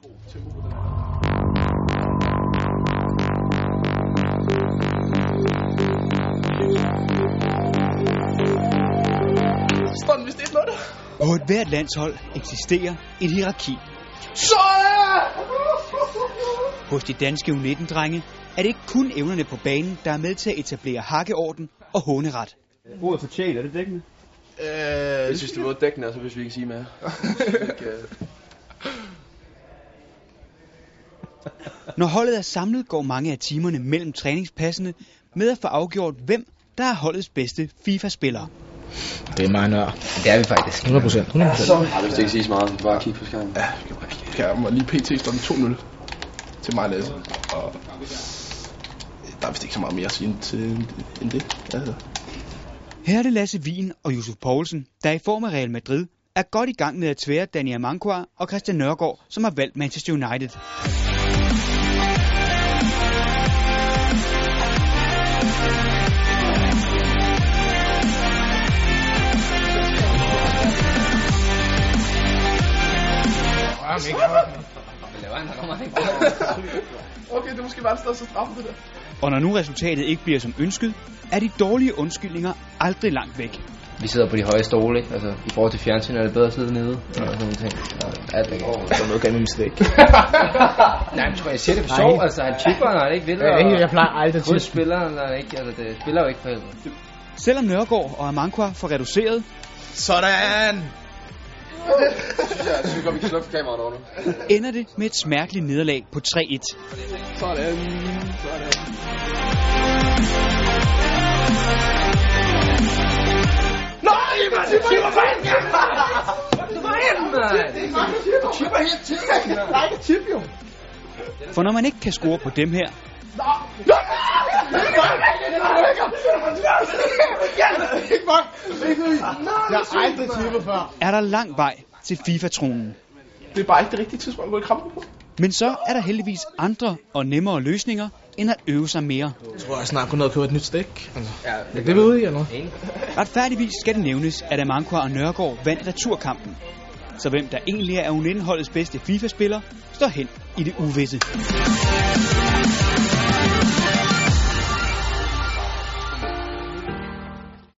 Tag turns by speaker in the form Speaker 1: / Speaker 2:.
Speaker 1: Sådan, hvis det er noget.
Speaker 2: På et hvert landshold eksisterer et hierarki.
Speaker 1: Så!
Speaker 2: Hos de danske U19-drenge er det ikke kun evnerne på banen, der er med til at etablere hakkeorden og håneret.
Speaker 3: Ordet fortjent, er det dækkende?
Speaker 1: Jeg synes, det var dækkende, altså, hvis vi kan sige mere.
Speaker 2: Når holdet er samlet, går mange af timerne mellem træningspassene med at få afgjort, hvem der er holdets bedste FIFA-spillere.
Speaker 4: Det er meget nørd. Det er vi faktisk. 100%.
Speaker 1: Jeg vil ikke sige så meget, vi bare kigge på skærmen.
Speaker 5: Ja, jeg må lige pt. Stå 2-0 til mig, Lasse. Og der er vist ikke så meget mere at sige end det. Altså.
Speaker 2: Her er det Lasse Wien og Yusuf Poulsen, der i form af Real Madrid er godt i gang med at tvære Dani Amankwa og Christian Nørgaard, som har valgt Manchester United.
Speaker 1: Okay, det er måske bare stået så straffen det der.
Speaker 2: Og når nu resultatet ikke bliver som ønsket, er de dårlige undskyldninger aldrig langt væk.
Speaker 4: Vi sidder på de høje stole, ikke? Altså, i forhold til fjernsyn er det bedre at sidde nede. Ja. Og sådan ting. Alt det går.
Speaker 3: Der er noget galt med min stik.
Speaker 4: Nej, men jeg siger det for sjov. Altså, han chipper, når han ikke vil.
Speaker 3: Jeg plejer aldrig at
Speaker 4: chippe. Spiller, når han ikke. Altså, det spiller jo ikke for helvede.
Speaker 2: Selvom Nørgaard og Amankwa får reduceret,
Speaker 1: sådan! Jeg synes, vi kan slukke kameraet over nu.
Speaker 2: Ender det med et smerteligt nederlag på 3-1.
Speaker 1: Sådan. Nej, man chipper for en gang! Du var ind, mand! Du chipper helt til, man! Der er ikke chip, jo!
Speaker 2: For når man ikke kan score på dem her, er der lang vej til FIFA-tronen.
Speaker 5: Det er bare ikke det rigtige tidspunkt at gå i kampen på.
Speaker 2: Men så er der heldigvis andre og nemmere løsninger, end at øve sig mere.
Speaker 5: Jeg tror, jeg snart går ned og købe et nyt stik. Ja, det vil ud i, eller noget?
Speaker 2: Retfærdigvis skal det nævnes, at Amankwa og Nørgaard vandt returkampen. Så hvem der egentlig er U19-holdets bedste FIFA-spiller, står hen i det uvisse.